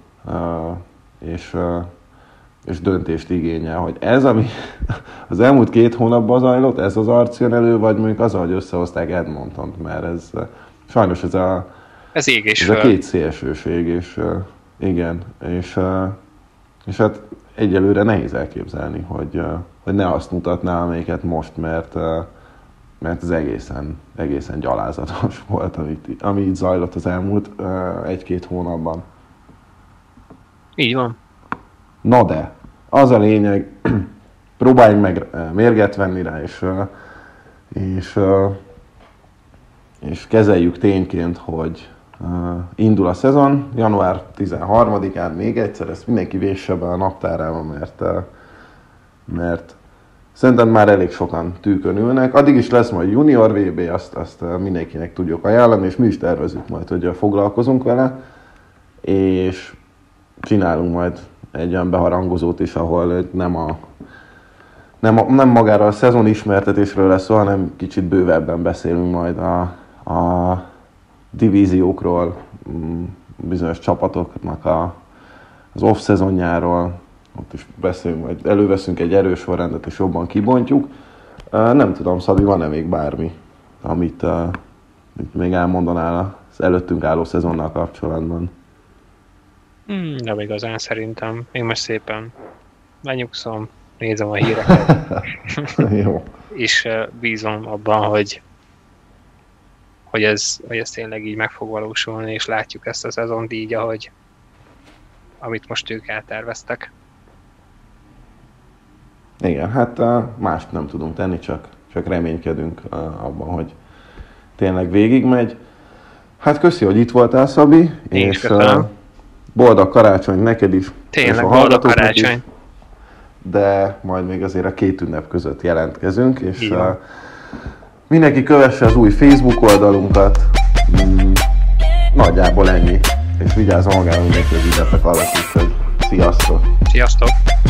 és döntést igényel, hogy ez, ami az elmúlt 2 hónapban zajlott, ez az arc jön elő, vagy mondjuk az, hogy összehozták Edmontont, mert ez sajnos ez a két szélsőség, és igen, és hát egyelőre nehéz elképzelni, hogy ne azt mutatná, amelyiket most, mert ez egészen gyalázatos volt, ami itt zajlott az elmúlt 1-2 hónapban.
Így van.
Na de, az a lényeg, próbáljunk meg mérget venni rá, és kezeljük tényként, hogy indul a szezon, január 13-án még egyszer, ezt mindenki vésse be a naptárába, mert szerintem már elég sokan tűkön ülnek. Addig is lesz majd junior VB, azt mindenkinek tudjuk ajánlani, és mi is tervezünk majd, hogy foglalkozunk vele, és csinálunk majd egy olyan beharangozót is, ahol nem magára a szezon ismertetésről lesz szó, hanem kicsit bővebben beszélünk majd a divíziókról, bizonyos csapatoknak az off-szezonjáról, ott is beszélünk, majd előveszünk egy erős sorrendet és jobban kibontjuk. Nem tudom, Szabi, van-e még bármi, amit még elmondanál az előttünk álló szezonnal kapcsolatban?
Nem igazán szerintem. Én most szépen lenyugszom, nézem a híreket.
Jó.
És bízom abban, hogy ez tényleg így meg fog valósulni, és látjuk ezt a szezont így, amit most ők elterveztek.
Igen, hát mást nem tudunk tenni, csak reménykedünk abban, hogy tényleg végigmegy. Hát köszi, hogy itt voltál, Szabi,
én
és boldog karácsony neked is.
Tényleg boldog karácsony. Is,
de majd még azért a 2 ünnep között jelentkezünk, és mindenki kövesse az új Facebook oldalunkat. Nagyjából ennyi. És vigyázzon magára mindenki az ünnepek alatt is, hogy sziasztok!
Sziasztok!